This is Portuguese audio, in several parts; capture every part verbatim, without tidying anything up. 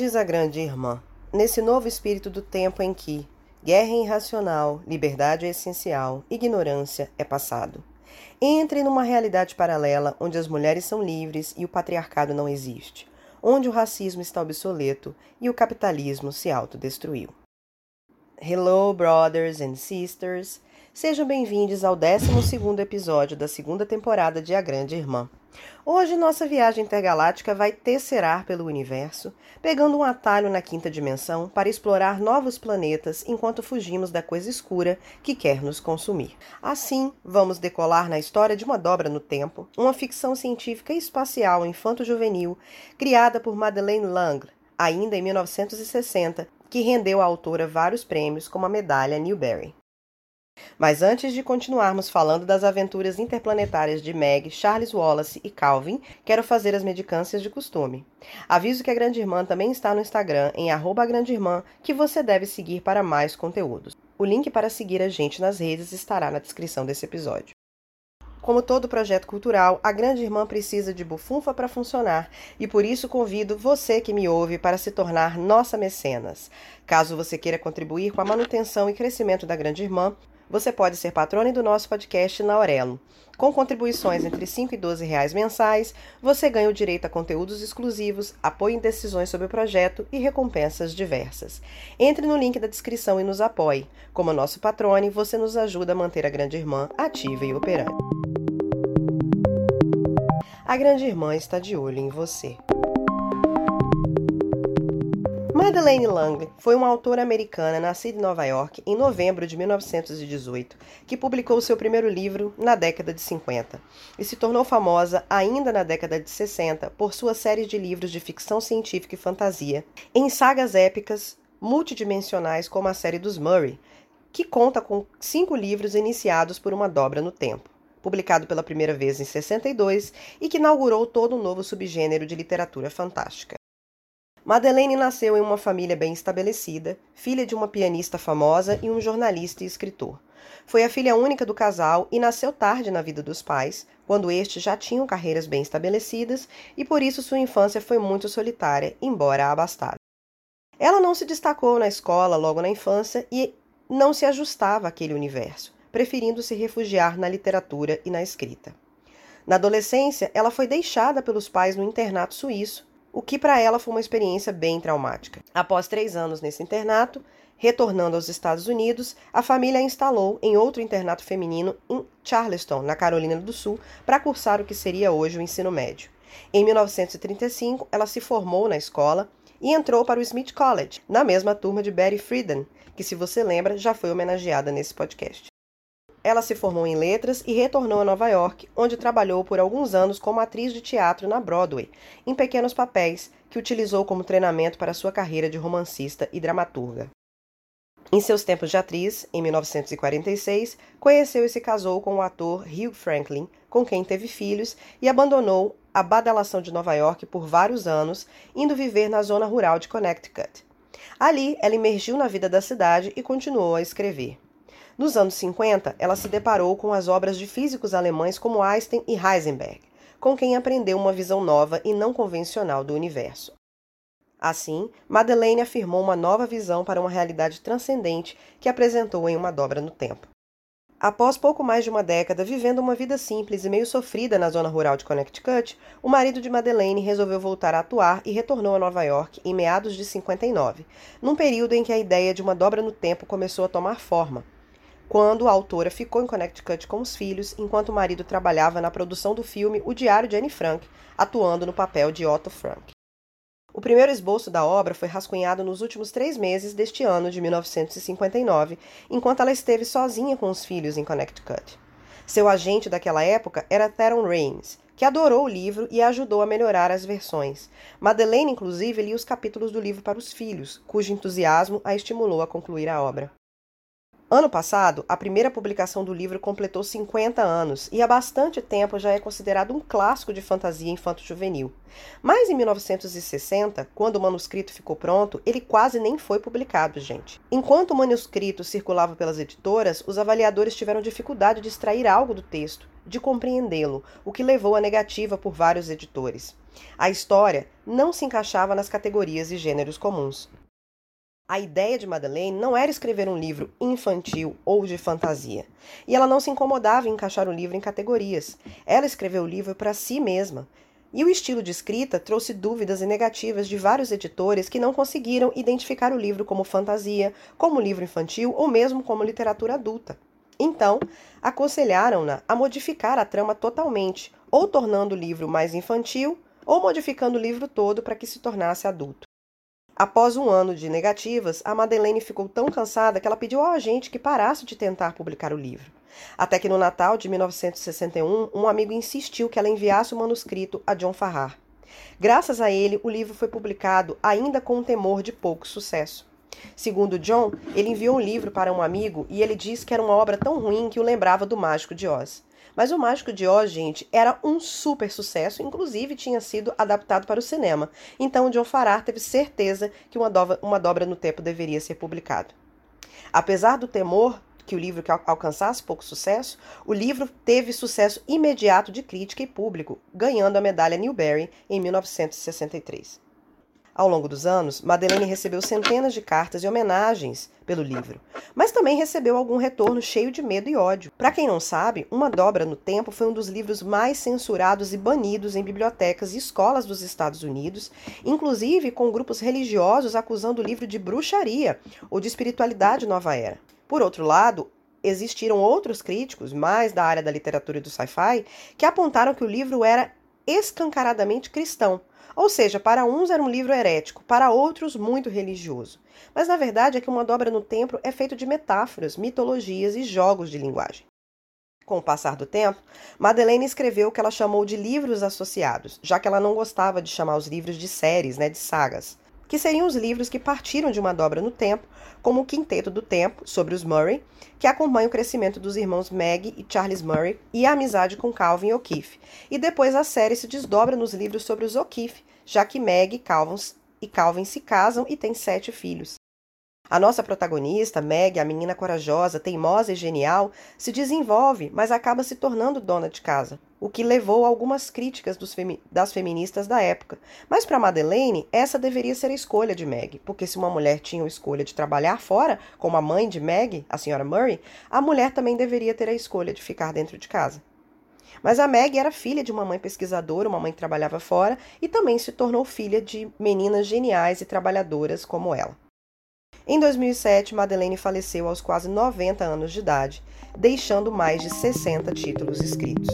Diz a grande irmã, nesse novo espírito do tempo em que guerra é irracional, liberdade é essencial, ignorância é passado. Entre numa realidade paralela onde as mulheres são livres e o patriarcado não existe, onde o racismo está obsoleto e o capitalismo se autodestruiu. Hello, brothers and sisters! Sejam bem-vindos ao décimo segundo episódio da segunda temporada de A Grande Irmã. Hoje nossa viagem intergaláctica vai tesserar pelo universo, pegando um atalho na quinta dimensão para explorar novos planetas enquanto fugimos da coisa escura que quer nos consumir. Assim, vamos decolar na história de uma dobra no tempo, uma ficção científica espacial infanto-juvenil criada por Madeleine L'Engle, ainda em mil novecentos e sessenta, que rendeu à autora vários prêmios como a medalha Newbery. Mas antes de continuarmos falando das aventuras interplanetárias de Meg, Charles Wallace e Calvin, quero fazer as medicâncias de costume. Aviso que a Grande Irmã também está no Instagram, em arroba Grande Irmã, que você deve seguir para mais conteúdos. O link para seguir a gente nas redes estará na descrição desse episódio. Como todo projeto cultural, a Grande Irmã precisa de bufunfa para funcionar e por isso convido você que me ouve para se tornar nossa mecenas. Caso você queira contribuir com a manutenção e crescimento da Grande Irmã, você pode ser patrone do nosso podcast na Aurelo. Com contribuições entre cinco e doze reais mensais, você ganha o direito a conteúdos exclusivos, apoio em decisões sobre o projeto e recompensas diversas. Entre no link da descrição e nos apoie. Como nosso patrone, você nos ajuda a manter a Grande Irmã ativa e operante. A Grande Irmã está de olho em você. Madeleine L'Engle foi uma autora americana nascida em Nova York em novembro de mil novecentos e dezoito, que publicou seu primeiro livro na década de cinquenta e se tornou famosa ainda na década de sessenta por sua série de livros de ficção científica e fantasia, em sagas épicas multidimensionais como a série dos Murray, que conta com cinco livros iniciados por uma dobra no tempo, publicado pela primeira vez em sessenta e dois e que inaugurou todo um novo subgênero de literatura fantástica. Madeleine nasceu em uma família bem estabelecida, filha de uma pianista famosa e um jornalista e escritor. Foi a filha única do casal e nasceu tarde na vida dos pais, quando estes já tinham carreiras bem estabelecidas e por isso sua infância foi muito solitária, embora abastada. Ela não se destacou na escola logo na infância e não se ajustava àquele universo, preferindo se refugiar na literatura e na escrita. Na adolescência, ela foi deixada pelos pais no internato suíço, o que para ela foi uma experiência bem traumática. Após três anos nesse internato, retornando aos Estados Unidos, a família a instalou em outro internato feminino em Charleston, na Carolina do Sul, para cursar o que seria hoje o ensino médio. Em mil novecentos e trinta e cinco, ela se formou na escola e entrou para o Smith College, na mesma turma de Betty Friedan, que, se você lembra, já foi homenageada nesse podcast. Ela se formou em letras e retornou a Nova York, onde trabalhou por alguns anos como atriz de teatro na Broadway, em pequenos papéis que utilizou como treinamento para sua carreira de romancista e dramaturga. Em seus tempos de atriz, em mil novecentos e quarenta e seis, conheceu e se casou com o ator Hugh Franklin, com quem teve filhos, e abandonou a badalação de Nova York por vários anos, indo viver na zona rural de Connecticut. Ali, ela emergiu na vida da cidade e continuou a escrever. Nos anos cinquenta, ela se deparou com as obras de físicos alemães como Einstein e Heisenberg, com quem aprendeu uma visão nova e não convencional do universo. Assim, Madeleine afirmou uma nova visão para uma realidade transcendente que apresentou em Uma Dobra no Tempo. Após pouco mais de uma década vivendo uma vida simples e meio sofrida na zona rural de Connecticut, o marido de Madeleine resolveu voltar a atuar e retornou a Nova York em meados de cinquenta e nove, num período em que a ideia de uma dobra no tempo começou a tomar forma, quando a autora ficou em Connecticut com os filhos, enquanto o marido trabalhava na produção do filme O Diário de Anne Frank, atuando no papel de Otto Frank. O primeiro esboço da obra foi rascunhado nos últimos três meses deste ano de mil novecentos e cinquenta e nove, enquanto ela esteve sozinha com os filhos em Connecticut. Seu agente daquela época era Theron Raines, que adorou o livro e a ajudou a melhorar as versões. Madeleine, inclusive, lia os capítulos do livro para os filhos, cujo entusiasmo a estimulou a concluir a obra. Ano passado, a primeira publicação do livro completou cinquenta anos e há bastante tempo já é considerado um clássico de fantasia infanto-juvenil. Mas em mil novecentos e sessenta, quando o manuscrito ficou pronto, ele quase nem foi publicado, gente. Enquanto o manuscrito circulava pelas editoras, os avaliadores tiveram dificuldade de extrair algo do texto, de compreendê-lo, o que levou à negativa por vários editores. A história não se encaixava nas categorias e gêneros comuns. A ideia de Madeleine não era escrever um livro infantil ou de fantasia, e ela não se incomodava em encaixar o livro em categorias. Ela escreveu o livro para si mesma, e o estilo de escrita trouxe dúvidas e negativas de vários editores que não conseguiram identificar o livro como fantasia, como livro infantil ou mesmo como literatura adulta. Então, aconselharam-na a modificar a trama totalmente, ou tornando o livro mais infantil, ou modificando o livro todo para que se tornasse adulto. Após um ano de negativas, a Madeleine ficou tão cansada que ela pediu ao agente que parasse de tentar publicar o livro. Até que no Natal de mil novecentos e sessenta e um, um amigo insistiu que ela enviasse o manuscrito a John Farrar. Graças a ele, o livro foi publicado ainda com um temor de pouco sucesso. Segundo John, ele enviou um livro para um amigo e ele disse que era uma obra tão ruim que o lembrava do Mágico de Oz. Mas o Mágico de Oz, gente, era um super sucesso, inclusive tinha sido adaptado para o cinema. Então John Farrar teve certeza que uma dobra, uma dobra no tempo deveria ser publicado. Apesar do temor que o livro alcançasse pouco sucesso, o livro teve sucesso imediato de crítica e público, ganhando a medalha Newbery em mil novecentos e sessenta e três. Ao longo dos anos, Madeleine recebeu centenas de cartas e homenagens pelo livro, mas também recebeu algum retorno cheio de medo e ódio. Para quem não sabe, Uma Dobra no Tempo foi um dos livros mais censurados e banidos em bibliotecas e escolas dos Estados Unidos, inclusive com grupos religiosos acusando o livro de bruxaria ou de espiritualidade nova era. Por outro lado, existiram outros críticos, mais da área da literatura e do sci-fi, que apontaram que o livro era escancaradamente cristão. Ou seja, para uns era um livro herético, para outros muito religioso. Mas na verdade é que Uma Dobra no Tempo é feito de metáforas, mitologias e jogos de linguagem. Com o passar do tempo, Madeleine escreveu o que ela chamou de livros associados, já que ela não gostava de chamar os livros de séries, né, de sagas, que seriam os livros que partiram de Uma Dobra no Tempo, como o Quinteto do Tempo, sobre os Murray, que acompanha o crescimento dos irmãos Meg e Charles Murray e a amizade com Calvin e O'Keefe. E depois a série se desdobra nos livros sobre os O'Keefe, já que Meg e Calvin, e Calvin se casam e têm sete filhos. A nossa protagonista, Meg, a menina corajosa, teimosa e genial, se desenvolve, mas acaba se tornando dona de casa, o que levou a algumas críticas dos femi- das feministas da época. Mas para Madeleine, essa deveria ser a escolha de Meg, porque se uma mulher tinha a escolha de trabalhar fora, como a mãe de Meg, a senhora Murray, a mulher também deveria ter a escolha de ficar dentro de casa. Mas a Meg era filha de uma mãe pesquisadora, uma mãe que trabalhava fora, e também se tornou filha de meninas geniais e trabalhadoras como ela. Em dois mil e sete, Madeleine faleceu aos quase noventa anos de idade, deixando mais de sessenta títulos escritos.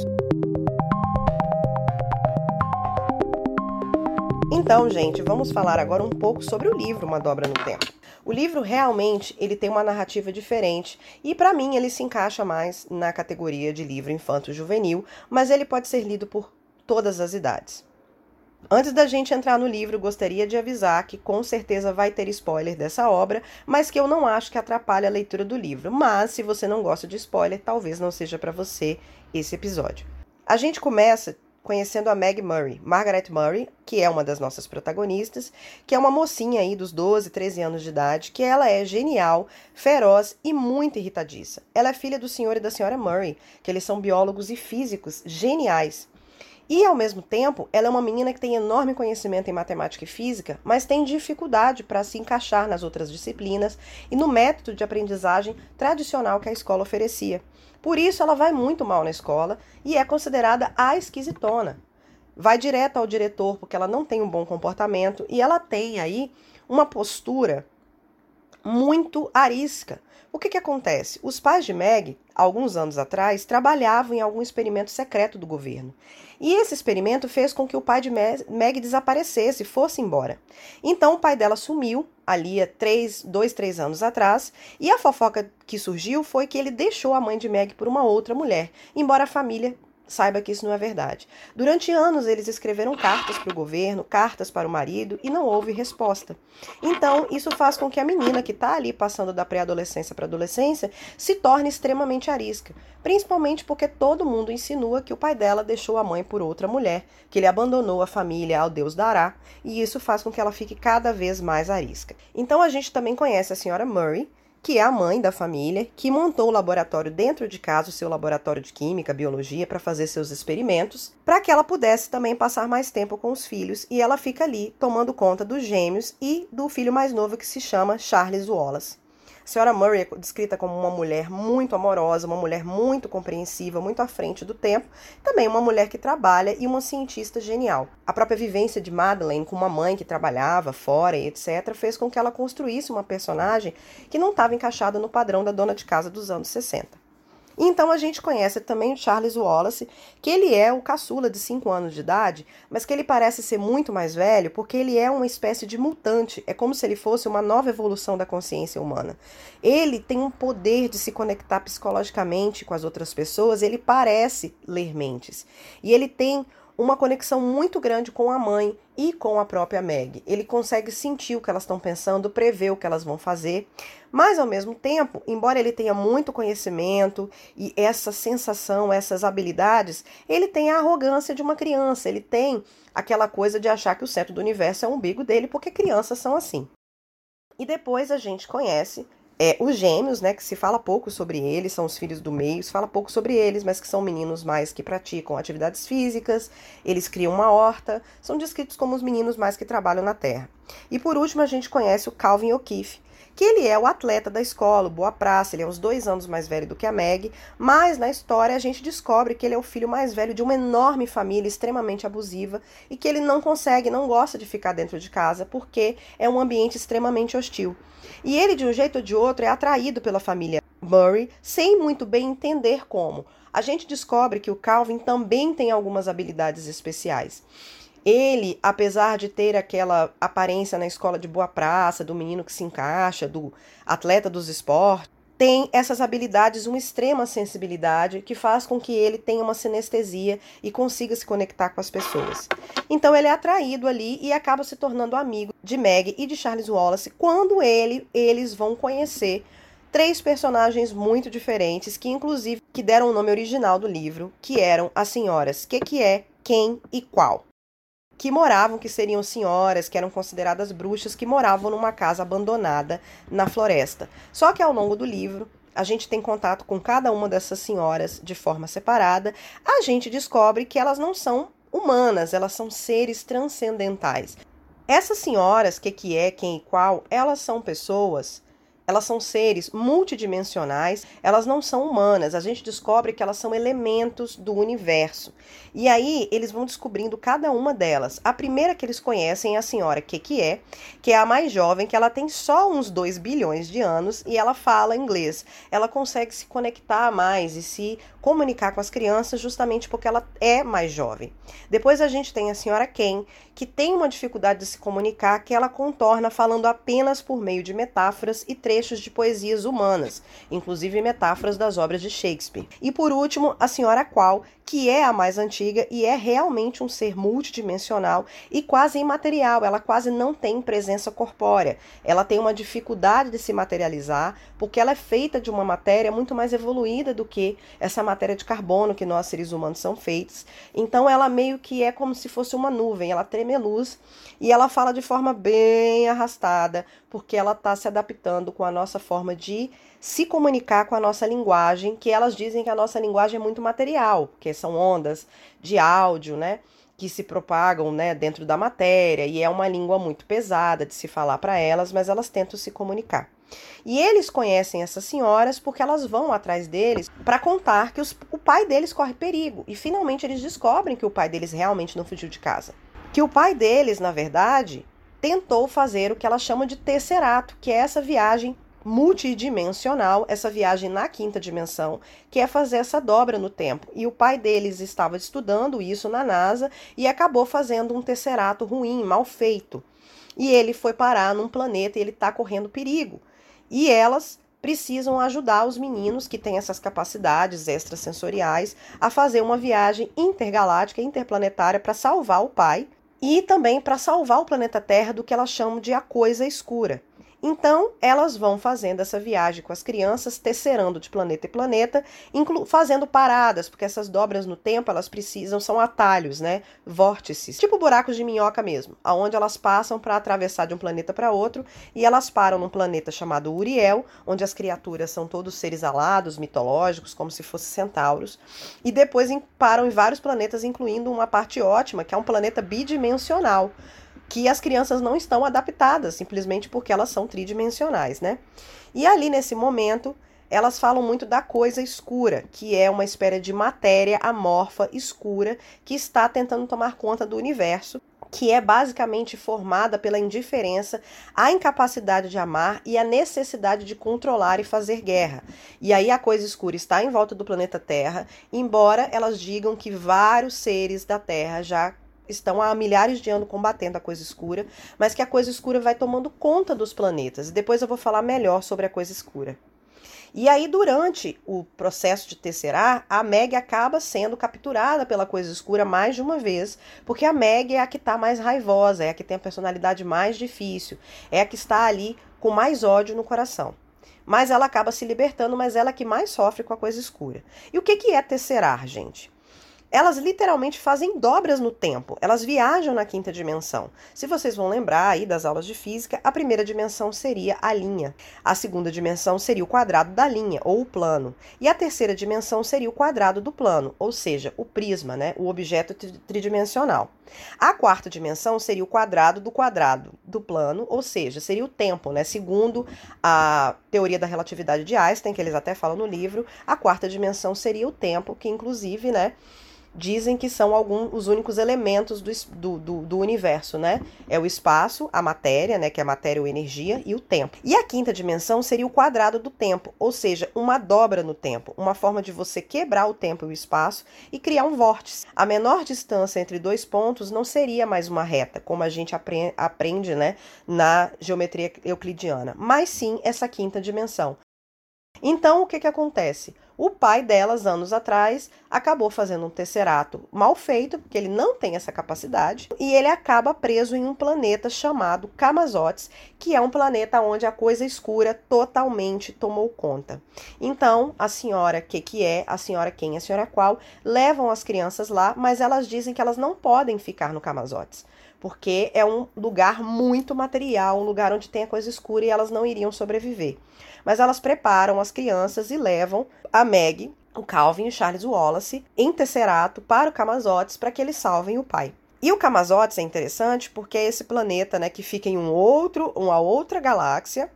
Então, gente, vamos falar agora um pouco sobre o livro Uma Dobra no Tempo. O livro realmente ele tem uma narrativa diferente e, para mim, ele se encaixa mais na categoria de livro infanto-juvenil, mas ele pode ser lido por todas as idades. Antes da gente entrar no livro, gostaria de avisar que com certeza vai ter spoiler dessa obra, mas que eu não acho que atrapalhe a leitura do livro. Mas, se você não gosta de spoiler, talvez não seja para você esse episódio. A gente começa conhecendo a Meg Murray, Margaret Murray, que é uma das nossas protagonistas, que é uma mocinha aí dos doze, treze anos de idade, que ela é genial, feroz e muito irritadiça. Ela é filha do senhor e da senhora Murray, que eles são biólogos e físicos geniais. E, ao mesmo tempo, ela é uma menina que tem enorme conhecimento em matemática e física, mas tem dificuldade para se encaixar nas outras disciplinas e no método de aprendizagem tradicional que a escola oferecia. Por isso, ela vai muito mal na escola e é considerada a esquisitona. Vai direto ao diretor porque ela não tem um bom comportamento e ela tem aí uma postura muito arisca. O que que acontece? Os pais de Meg, alguns anos atrás, trabalhavam em algum experimento secreto do governo. E esse experimento fez com que o pai de Meg desaparecesse e fosse embora. Então o pai dela sumiu, ali há três, dois, três anos atrás, e a fofoca que surgiu foi que ele deixou a mãe de Meg por uma outra mulher, embora a família saiba que isso não é verdade. Durante anos eles escreveram cartas para o governo, cartas para o marido e não houve resposta. Então isso faz com que a menina que está ali passando da pré-adolescência para a adolescência se torne extremamente arisca, principalmente porque todo mundo insinua que o pai dela deixou a mãe por outra mulher, que ele abandonou a família ao Deus dará, e isso faz com que ela fique cada vez mais arisca. Então a gente também conhece a senhora Murray, que é a mãe da família, que montou o laboratório dentro de casa, o seu laboratório de química, biologia, para fazer seus experimentos, para que ela pudesse também passar mais tempo com os filhos, e ela fica ali tomando conta dos gêmeos e do filho mais novo que se chama Charles Wallace. A senhora Murray é descrita como uma mulher muito amorosa, uma mulher muito compreensiva, muito à frente do tempo, também uma mulher que trabalha e uma cientista genial. A própria vivência de Madeleine com uma mãe que trabalhava fora e etcétera fez com que ela construísse uma personagem que não estava encaixada no padrão da dona de casa dos anos sessenta. E então a gente conhece também o Charles Wallace, que ele é o caçula de cinco anos de idade, mas que ele parece ser muito mais velho porque ele é uma espécie de mutante, é como se ele fosse uma nova evolução da consciência humana. Ele tem um poder de se conectar psicologicamente com as outras pessoas, ele parece ler mentes. E ele tem uma conexão muito grande com a mãe e com a própria Meg. Ele consegue sentir o que elas estão pensando, prever o que elas vão fazer, mas ao mesmo tempo, embora ele tenha muito conhecimento e essa sensação, essas habilidades, ele tem a arrogância de uma criança, ele tem aquela coisa de achar que o centro do universo é o umbigo dele, porque crianças são assim. E depois a gente conhece É, os gêmeos, né, que se fala pouco sobre eles, são os filhos do meio, se fala pouco sobre eles, mas que são meninos mais que praticam atividades físicas, eles criam uma horta, são descritos como os meninos mais que trabalham na terra. E por último a gente conhece o Calvin O'Keefe, que ele é o atleta da escola, o boa praça, ele é uns dois anos mais velho do que a Meg, mas na história a gente descobre que ele é o filho mais velho de uma enorme família extremamente abusiva e que ele não consegue, não gosta de ficar dentro de casa porque é um ambiente extremamente hostil. E ele, de um jeito ou de outro, é atraído pela família Murray, sem muito bem entender como. A gente descobre que o Calvin também tem algumas habilidades especiais. Ele, apesar de ter aquela aparência na escola de boa praça, do menino que se encaixa, do atleta dos esportes, tem essas habilidades, uma extrema sensibilidade que faz com que ele tenha uma sinestesia e consiga se conectar com as pessoas. Então ele é atraído ali e acaba se tornando amigo de Meg e de Charles Wallace quando ele, eles vão conhecer três personagens muito diferentes que inclusive que deram o nome original do livro, que eram as senhoras Que Que É, Quem e Qual. Que moravam, que seriam senhoras, que eram consideradas bruxas, que moravam numa casa abandonada na floresta. Só que ao longo do livro, a gente tem contato com cada uma dessas senhoras de forma separada, a gente descobre que elas não são humanas, elas são seres transcendentais. Essas senhoras, que que é, quem e qual, elas são pessoas... Elas são seres multidimensionais, elas não são humanas. A gente descobre que elas são elementos do universo. E aí eles vão descobrindo cada uma delas. A primeira que eles conhecem é a senhora Que Que É, que é a mais jovem, que ela tem só uns dois bilhões de anos e ela fala inglês. Ela consegue se conectar mais e se comunicar com as crianças justamente porque ela é mais jovem. Depois a gente tem a senhora Ken, que tem uma dificuldade de se comunicar, que ela contorna falando apenas por meio de metáforas e trechos de poesias humanas, inclusive metáforas das obras de Shakespeare. E por último, a senhora Qual, que é a mais antiga e é realmente um ser multidimensional e quase imaterial, ela quase não tem presença corpórea, ela tem uma dificuldade de se materializar, porque ela é feita de uma matéria muito mais evoluída do que essa matéria de carbono que nós seres humanos são feitos, então ela meio que é como se fosse uma nuvem, ela treme a luz e ela fala de forma bem arrastada, porque ela está se adaptando com a nossa forma de se comunicar com a nossa linguagem, que elas dizem que a nossa linguagem é muito material, porque são ondas de áudio, né, que se propagam, né, dentro da matéria, e é uma língua muito pesada de se falar para elas, mas elas tentam se comunicar. E eles conhecem essas senhoras porque elas vão atrás deles para contar que os, o pai deles corre perigo, e finalmente eles descobrem que o pai deles realmente não fugiu de casa. Que o pai deles, na verdade, tentou fazer o que ela chama de tesserato, que é essa viagem multidimensional, essa viagem na quinta dimensão, que é fazer essa dobra no tempo. E o pai deles estava estudando isso na NASA e acabou fazendo um tesserato ruim, mal feito. E ele foi parar num planeta e ele está correndo perigo. E elas precisam ajudar os meninos que têm essas capacidades extrasensoriais a fazer uma viagem intergaláctica, interplanetária para salvar o pai e também para salvar o planeta Terra do que elas chamam de a coisa escura. Então, elas vão fazendo essa viagem com as crianças, tesserando de planeta em planeta, fazendo paradas, porque essas dobras no tempo, elas precisam, são atalhos, né? Vórtices, tipo buracos de minhoca mesmo, aonde elas passam para atravessar de um planeta para outro, e elas param num planeta chamado Uriel, onde as criaturas são todos seres alados, mitológicos, como se fossem centauros, e depois param em vários planetas, incluindo uma parte ótima, que é um planeta bidimensional, que as crianças não estão adaptadas, simplesmente porque elas são tridimensionais, né? E ali, nesse momento, elas falam muito da coisa escura, que é uma espécie de matéria amorfa, escura, que está tentando tomar conta do universo, que é basicamente formada pela indiferença, a incapacidade de amar e a necessidade de controlar e fazer guerra. E aí a coisa escura está em volta do planeta Terra, embora elas digam que vários seres da Terra já estão há milhares de anos combatendo a coisa escura, mas que a coisa escura vai tomando conta dos planetas. E depois eu vou falar melhor sobre a coisa escura. E aí, durante o processo de tesserar, a Meg acaba sendo capturada pela coisa escura mais de uma vez, porque a Meg é a que está mais raivosa, é a que tem a personalidade mais difícil, é a que está ali com mais ódio no coração. Mas ela acaba se libertando, mas ela é que mais sofre com a coisa escura. E o que que é tesserar, gente? Elas literalmente fazem dobras no tempo, elas viajam na quinta dimensão. Se vocês vão lembrar aí das aulas de física, a primeira dimensão seria a linha, a segunda dimensão seria o quadrado da linha, ou o plano, e a terceira dimensão seria o quadrado do plano, ou seja, o prisma, né, o objeto tridimensional. A quarta dimensão seria o quadrado do quadrado do plano, ou seja, seria o tempo, né, segundo a teoria da relatividade de Einstein, que eles até falam no livro, a quarta dimensão seria o tempo, que inclusive, né, dizem que são alguns os únicos elementos do, do, do universo, né? É o espaço, a matéria, né? Que é a matéria ou energia, e o tempo. E a quinta dimensão seria o quadrado do tempo, ou seja, uma dobra no tempo, uma forma de você quebrar o tempo e o espaço e criar um vórtice. A menor distância entre dois pontos não seria mais uma reta, como a gente aprende, aprende, né? Na geometria euclidiana, mas sim essa quinta dimensão. Então, o que que acontece? O pai delas, anos atrás, acabou fazendo um tesserato mal feito, porque ele não tem essa capacidade, e ele acaba preso em um planeta chamado Camazotes, que é um planeta onde a coisa escura totalmente tomou conta. Então, a senhora que que é, a senhora quem, a senhora qual, levam as crianças lá, mas elas dizem que elas não podem ficar no Camazotes, porque é um lugar muito material, um lugar onde tem a coisa escura e elas não iriam sobreviver. Mas elas preparam as crianças e levam a Meg, o Calvin e o Charles Wallace em tesserato para o Camazotes para que eles salvem o pai. E o Camazotes é interessante porque é esse planeta, né, que fica em um outro, uma outra galáxia,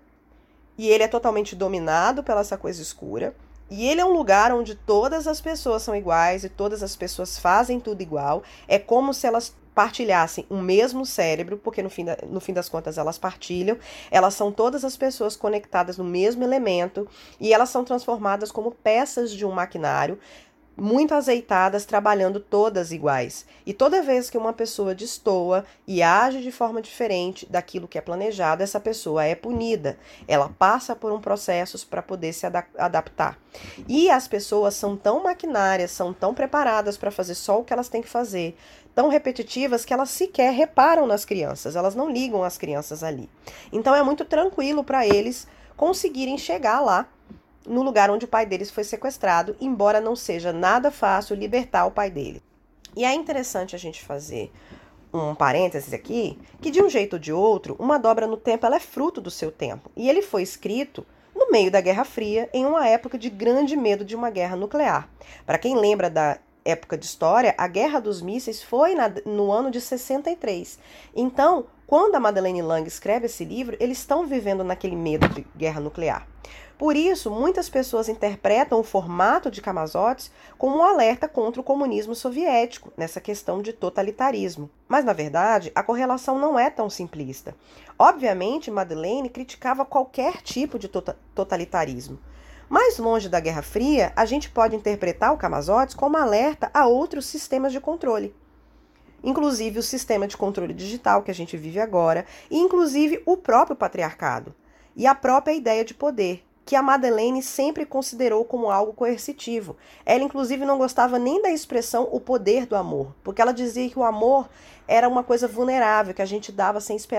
e ele é totalmente dominado pela essa coisa escura. E ele é um lugar onde todas as pessoas são iguais e todas as pessoas fazem tudo igual. É como se elas partilhassem o mesmo cérebro, porque no fim, da, no fim das contas elas partilham, elas são todas as pessoas conectadas no mesmo elemento e elas são transformadas como peças de um maquinário, muito azeitadas, trabalhando todas iguais. E toda vez que uma pessoa destoa e age de forma diferente daquilo que é planejado, essa pessoa é punida. Ela passa por um processo para poder se ad- adaptar. E as pessoas são tão maquinárias, são tão preparadas para fazer só o que elas têm que fazer, tão repetitivas que elas sequer reparam nas crianças, elas não ligam as crianças ali. Então é muito tranquilo para eles conseguirem chegar lá no lugar onde o pai deles foi sequestrado, embora não seja nada fácil libertar o pai dele. E é interessante a gente fazer um parênteses aqui, que de um jeito ou de outro, uma dobra no tempo ela é fruto do seu tempo. E ele foi escrito no meio da Guerra Fria, em uma época de grande medo de uma guerra nuclear. Para quem lembra da época de história, a Guerra dos Mísseis foi na, no ano de sessenta e três. Então, quando a Madeleine L'Engle escreve esse livro, eles estão vivendo naquele medo de guerra nuclear. Por isso, muitas pessoas interpretam o formato de Camazotes como um alerta contra o comunismo soviético, nessa questão de totalitarismo. Mas, na verdade, a correlação não é tão simplista. Obviamente, Madeleine criticava qualquer tipo de tota- totalitarismo. Mais longe da Guerra Fria, a gente pode interpretar o Camazotes como alerta a outros sistemas de controle. Inclusive o sistema de controle digital que a gente vive agora, e inclusive o próprio patriarcado, e a própria ideia de poder, que a Madeleine sempre considerou como algo coercitivo. Ela, inclusive, não gostava nem da expressão o poder do amor, porque ela dizia que o amor era uma coisa vulnerável, que a gente dava sem esperar em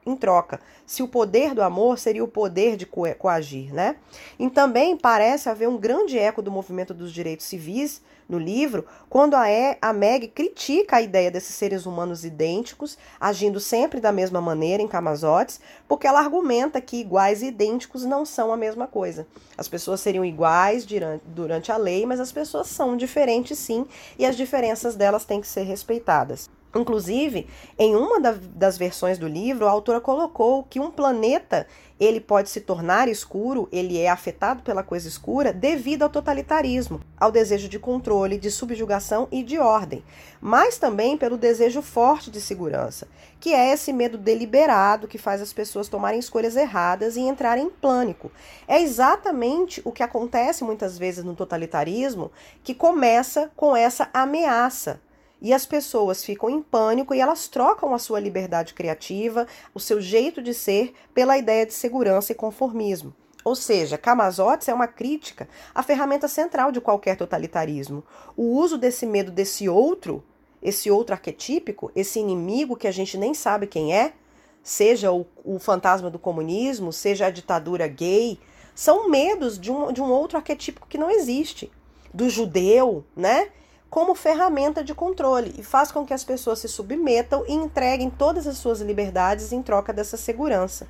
em troca, se o poder do amor seria o poder de co- coagir, né? E também parece haver um grande eco do movimento dos direitos civis no livro, quando a, e, a Meg critica a ideia desses seres humanos idênticos, agindo sempre da mesma maneira em Camasotes, porque ela argumenta que iguais e idênticos não são a mesma coisa. As pessoas seriam iguais durante, durante a lei, mas as pessoas são diferentes sim, e as diferenças delas têm que ser respeitadas. Inclusive, em uma das versões do livro, a autora colocou que um planeta ele pode se tornar escuro, ele é afetado pela coisa escura devido ao totalitarismo, ao desejo de controle, de subjugação e de ordem, mas também pelo desejo forte de segurança, que é esse medo deliberado que faz as pessoas tomarem escolhas erradas e entrarem em pânico. É exatamente o que acontece muitas vezes no totalitarismo, que começa com essa ameaça. E as pessoas ficam em pânico e elas trocam a sua liberdade criativa, o seu jeito de ser, pela ideia de segurança e conformismo. Ou seja, Camasotes é uma crítica à ferramenta central de qualquer totalitarismo. O uso desse medo desse outro, esse outro arquetípico, esse inimigo que a gente nem sabe quem é, seja o, o fantasma do comunismo, seja a ditadura gay, são medos de um, de um outro arquetípico que não existe. Do judeu, né? Como ferramenta de controle e faz com que as pessoas se submetam e entreguem todas as suas liberdades em troca dessa segurança.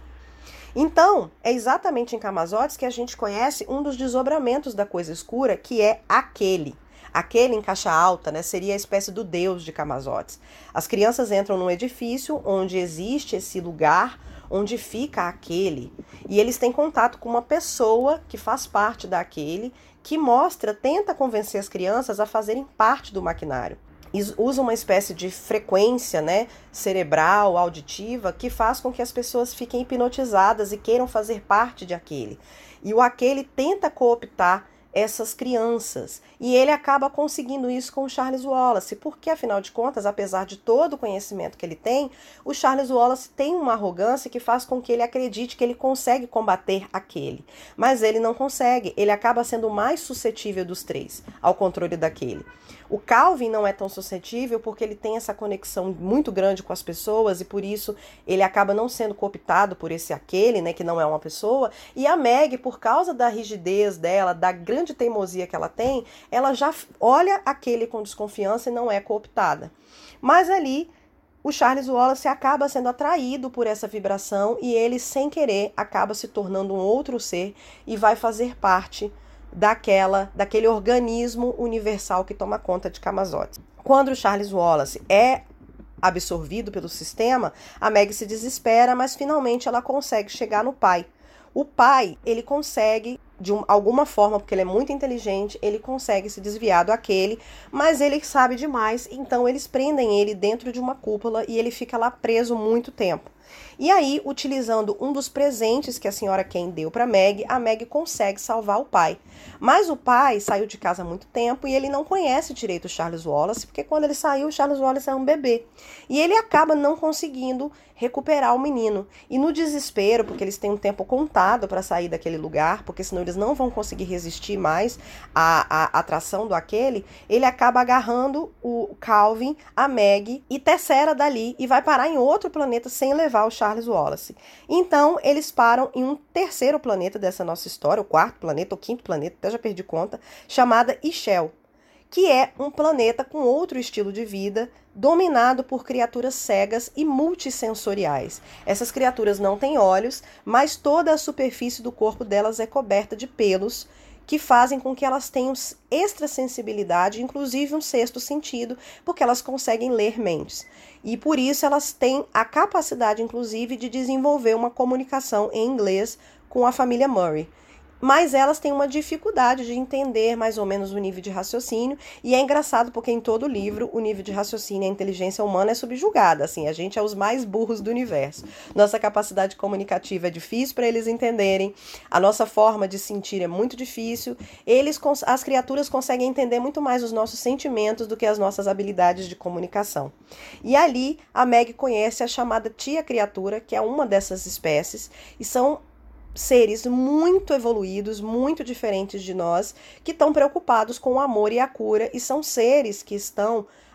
Então, é exatamente em Camasotes que a gente conhece um dos desdobramentos da coisa escura, que é aquele. Aquele em caixa alta, né, seria a espécie do deus de Camasotes. As crianças entram num edifício onde existe esse lugar onde fica aquele, e eles têm contato com uma pessoa que faz parte daquele, que mostra, tenta convencer as crianças a fazerem parte do maquinário. Usa uma espécie de frequência, né, cerebral, auditiva, que faz com que as pessoas fiquem hipnotizadas e queiram fazer parte de aquele. E o aquele tenta cooptar essas crianças. E ele acaba conseguindo isso com o Charles Wallace, porque, afinal de contas, apesar de todo o conhecimento que ele tem, o Charles Wallace tem uma arrogância que faz com que ele acredite que ele consegue combater aquele. Mas ele não consegue, ele acaba sendo o mais suscetível dos três ao controle daquele. O Calvin não é tão suscetível porque ele tem essa conexão muito grande com as pessoas e por isso ele acaba não sendo cooptado por esse aquele, né, que não é uma pessoa. E a Meg, por causa da rigidez dela, da grande teimosia que ela tem, ela já olha aquele com desconfiança e não é cooptada. Mas ali o Charles Wallace acaba sendo atraído por essa vibração e ele, sem querer, acaba se tornando um outro ser e vai fazer parte daquela, daquele organismo universal que toma conta de Camasotes. Quando o Charles Wallace é absorvido pelo sistema, a Meg se desespera, mas finalmente ela consegue chegar no pai. O pai, ele consegue, de um, alguma forma, porque ele é muito inteligente, ele consegue se desviar do aquele, mas ele sabe demais, então eles prendem ele dentro de uma cúpula e ele fica lá preso muito tempo. E aí, utilizando um dos presentes que a senhora Ken deu para Meg, a Meg consegue salvar o pai. Mas o pai saiu de casa há muito tempo e ele não conhece direito o Charles Wallace, porque quando ele saiu, o Charles Wallace é um bebê. E ele acaba não conseguindo recuperar o menino. E no desespero, porque eles têm um tempo contado para sair daquele lugar, porque senão eles não vão conseguir resistir mais à, à atração do aquele, ele acaba agarrando o Calvin, a Meg, e tessera dali e vai parar em outro planeta sem levar o Charles Wallace. Então, eles param em um terceiro planeta dessa nossa história, o quarto planeta, o quinto planeta, até já perdi conta, chamada Ishel, que é um planeta com outro estilo de vida, dominado por criaturas cegas e multissensoriais. Essas criaturas não têm olhos, mas toda a superfície do corpo delas é coberta de pelos, que fazem com que elas tenham extrasensibilidade, inclusive um sexto sentido, porque elas conseguem ler mentes. E por isso elas têm a capacidade, inclusive, de desenvolver uma comunicação em inglês com a família Murray. Mas elas têm uma dificuldade de entender mais ou menos o nível de raciocínio, e é engraçado porque em todo o livro o nível de raciocínio e a inteligência humana é subjugada, assim, a gente é os mais burros do universo. Nossa capacidade comunicativa é difícil para eles entenderem, a nossa forma de sentir é muito difícil, eles, as criaturas conseguem entender muito mais os nossos sentimentos do que as nossas habilidades de comunicação. E ali a Meg conhece a chamada tia criatura, que é uma dessas espécies, e são seres muito evoluídos, muito diferentes de nós, que estão preocupados com o amor e a cura, e são seres que estão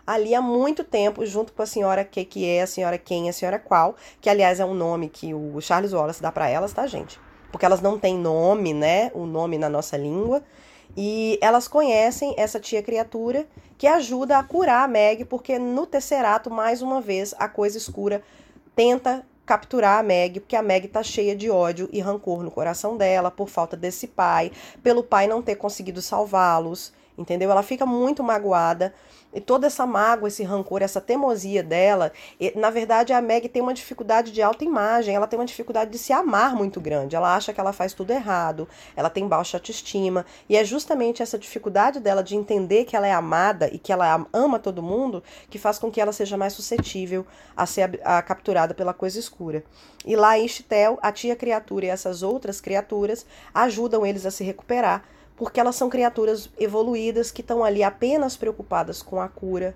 ali há muito tempo, junto com a senhora que que é, a senhora quem, a senhora qual, que aliás é um nome que o Charles Wallace dá para elas, tá, gente? Porque elas não têm nome, né? O nome na nossa língua. E elas conhecem essa tia criatura que ajuda a curar a Meg, porque no Tesserato, mais uma vez, a coisa escura tenta capturar a Meg, porque a Meg tá cheia de ódio e rancor no coração dela, por falta desse pai, pelo pai não ter conseguido salvá-los, entendeu? Ela fica muito magoada, e toda essa mágoa, esse rancor, essa teimosia dela, e, na verdade a Meg tem uma dificuldade de autoimagem, ela tem uma dificuldade de se amar muito grande, ela acha que ela faz tudo errado, ela tem baixa autoestima, e é justamente essa dificuldade dela de entender que ela é amada e que ela ama todo mundo, que faz com que ela seja mais suscetível a ser a, a capturada pela coisa escura. E lá em Ishtel, a tia criatura e essas outras criaturas ajudam eles a se recuperar, porque elas são criaturas evoluídas que estão ali apenas preocupadas com a cura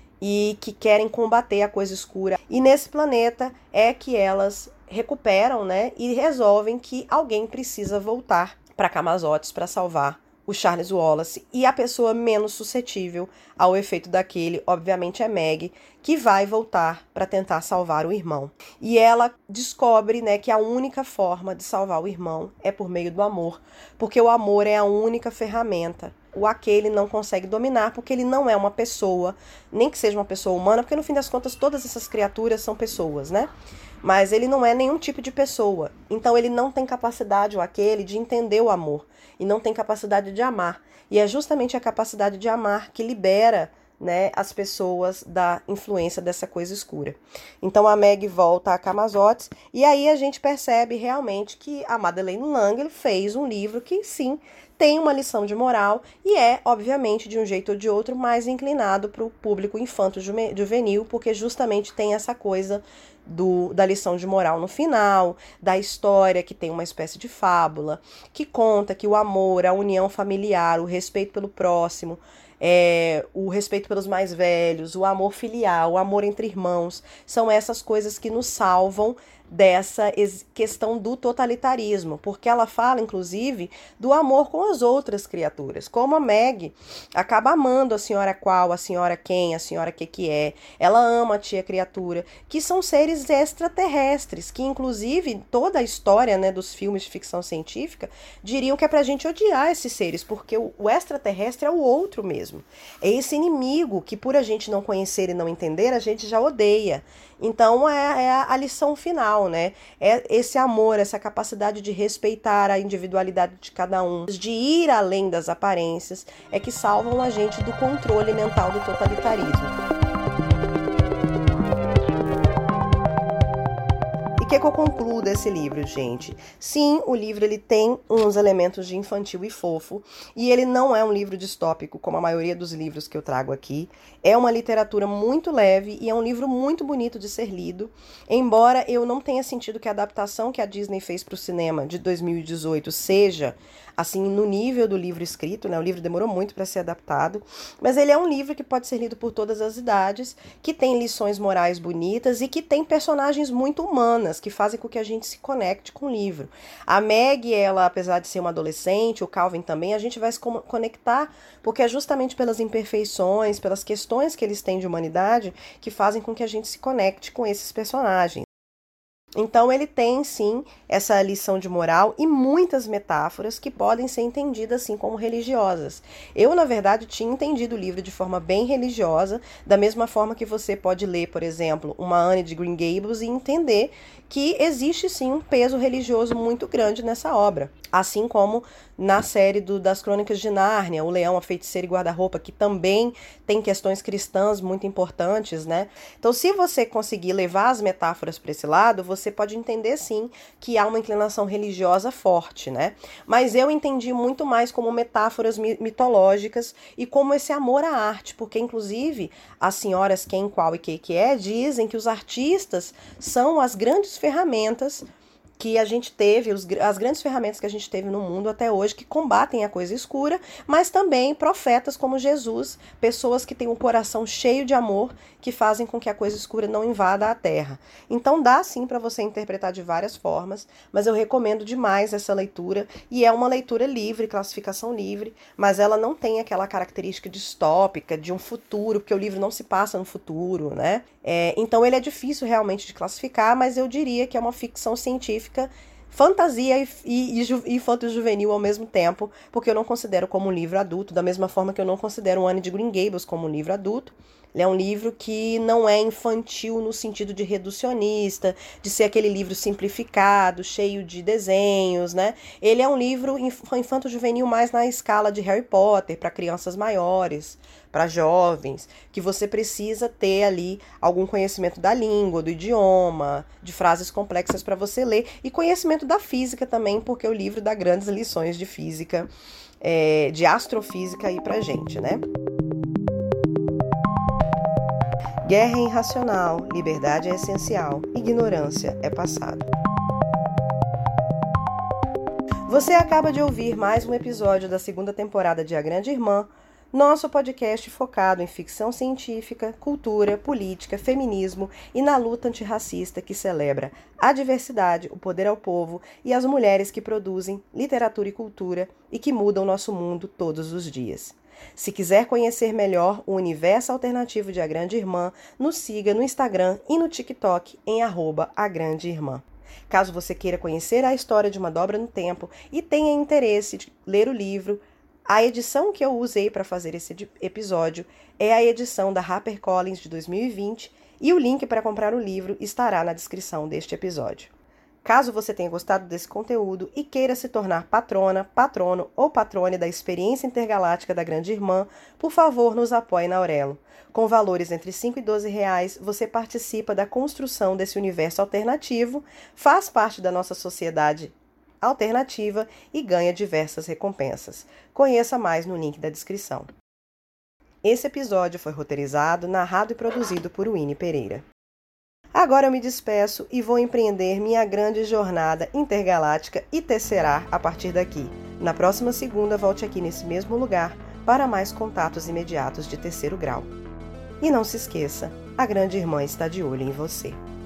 e que querem combater a coisa escura. E nesse planeta é que elas recuperam, né, e resolvem que alguém precisa voltar para Camazotes para salvar o Charles Wallace, e a pessoa menos suscetível ao efeito daquele, obviamente, é Meg, que vai voltar para tentar salvar o irmão. E ela descobre, né, que a única forma de salvar o irmão é por meio do amor, porque o amor é a única ferramenta. O aquele não consegue dominar, porque ele não é uma pessoa, nem que seja uma pessoa humana, porque no fim das contas todas essas criaturas são pessoas, né? Mas ele não é nenhum tipo de pessoa. Então ele não tem capacidade, o aquele, de entender o amor. E não tem capacidade de amar. E é justamente a capacidade de amar que libera, né, as pessoas da influência dessa coisa escura. Então a Meg volta a Camazotes, e aí a gente percebe realmente que a Madeleine L'Engle fez um livro que, sim, tem uma lição de moral e é, obviamente, de um jeito ou de outro, mais inclinado para o público infanto-juvenil, porque justamente tem essa coisa do, da lição de moral no final, da história que tem uma espécie de fábula, que conta que o amor, a união familiar, o respeito pelo próximo, É, o respeito pelos mais velhos, o amor filial, o amor entre irmãos, são essas coisas que nos salvam dessa questão do totalitarismo, porque ela fala, inclusive, do amor com as outras criaturas, como a Meg acaba amando a senhora qual, a senhora quem, a senhora que que é, ela ama a tia criatura, que são seres extraterrestres, que inclusive toda a história, né, dos filmes de ficção científica diriam que é pra gente odiar esses seres, porque o, o extraterrestre é o outro mesmo, é esse inimigo que por a gente não conhecer e não entender, a gente já odeia. Então é, é a lição final, né? É esse amor, essa capacidade de respeitar a individualidade de cada um, de ir além das aparências, é que salvam a gente do controle mental do totalitarismo. O que, que eu concluo desse livro, gente? Sim, o livro ele tem uns elementos de infantil e fofo, e ele não é um livro distópico, como a maioria dos livros que eu trago aqui. É uma literatura muito leve e é um livro muito bonito de ser lido, embora eu não tenha sentido que a adaptação que a Disney fez para o cinema de dois mil e dezoito seja, assim, no nível do livro escrito, né? O livro demorou muito para ser adaptado, mas ele é um livro que pode ser lido por todas as idades, que tem lições morais bonitas e que tem personagens muito humanas, que fazem com que a gente se conecte com o livro. A Meg, ela, apesar de ser uma adolescente, o Calvin também, a gente vai se conectar, porque é justamente pelas imperfeições, pelas questões que eles têm de humanidade, que fazem com que a gente se conecte com esses personagens. Então ele tem, sim, essa lição de moral e muitas metáforas que podem ser entendidas, assim, como religiosas. Eu, na verdade, tinha entendido o livro de forma bem religiosa, da mesma forma que você pode ler, por exemplo, uma Anne de Green Gables e entender que existe, sim, um peso religioso muito grande nessa obra. Assim como na série do, das Crônicas de Nárnia, O Leão, a Feiticeira e Guarda-Roupa, que também tem questões cristãs muito importantes, né? Então, se você conseguir levar as metáforas para esse lado, você pode entender, sim, que há uma inclinação religiosa forte, né? Mas eu entendi muito mais como metáforas mitológicas e como esse amor à arte, porque, inclusive, as senhoras quem, qual e que que é dizem que os artistas são as grandes ferramentas que a gente teve, os, as grandes ferramentas que a gente teve no mundo até hoje que combatem a coisa escura, mas também profetas como Jesus, pessoas que têm um coração cheio de amor, que fazem com que a coisa escura não invada a terra. Então dá sim para você interpretar de várias formas, mas eu recomendo demais essa leitura, e é uma leitura livre, classificação livre, mas ela não tem aquela característica distópica de um futuro, porque o livro não se passa no futuro, né? É, então ele é difícil realmente de classificar, mas eu diria que é uma ficção científica, fantasia e, e, e infanto-juvenil ao mesmo tempo, porque eu não considero como um livro adulto, da mesma forma que eu não considero o Anne de Green Gables como um livro adulto. Ele é um livro que não é infantil no sentido de reducionista, de ser aquele livro simplificado, cheio de desenhos, né? Ele é um livro infanto-juvenil mais na escala de Harry Potter, para crianças maiores, para jovens, que você precisa ter ali algum conhecimento da língua, do idioma, de frases complexas para você ler, e conhecimento da física também, porque o livro dá grandes lições de física, é, de astrofísica aí pra gente, né? Guerra é irracional, liberdade é essencial, ignorância é passado. Você acaba de ouvir mais um episódio da segunda temporada de A Grande Irmã, nosso podcast focado em ficção científica, cultura, política, feminismo e na luta antirracista que celebra a diversidade, o poder ao povo e as mulheres que produzem literatura e cultura e que mudam nosso mundo todos os dias. Se quiser conhecer melhor o universo alternativo de A Grande Irmã, nos siga no Instagram e no TikTok em arroba A Grande Irmã. Caso você queira conhecer a história de uma dobra no tempo e tenha interesse de ler o livro, a edição que eu usei para fazer esse episódio é a edição da HarperCollins de dois mil e vinte e o link para comprar o livro estará na descrição deste episódio. Caso você tenha gostado desse conteúdo e queira se tornar patrona, patrono ou patrone da experiência intergaláctica da Grande Irmã, por favor, nos apoie na Aurelo. Com valores entre cinco e doze reais, você participa da construção desse universo alternativo, faz parte da nossa sociedade alternativa e ganha diversas recompensas. Conheça mais no link da descrição. Esse episódio foi roteirizado, narrado e produzido por Winnie Pereira. Agora eu me despeço e vou empreender minha grande jornada intergaláctica e tesserar a partir daqui. Na próxima segunda, volte aqui nesse mesmo lugar para mais contatos imediatos de terceiro grau. E não se esqueça, a Grande Irmã está de olho em você.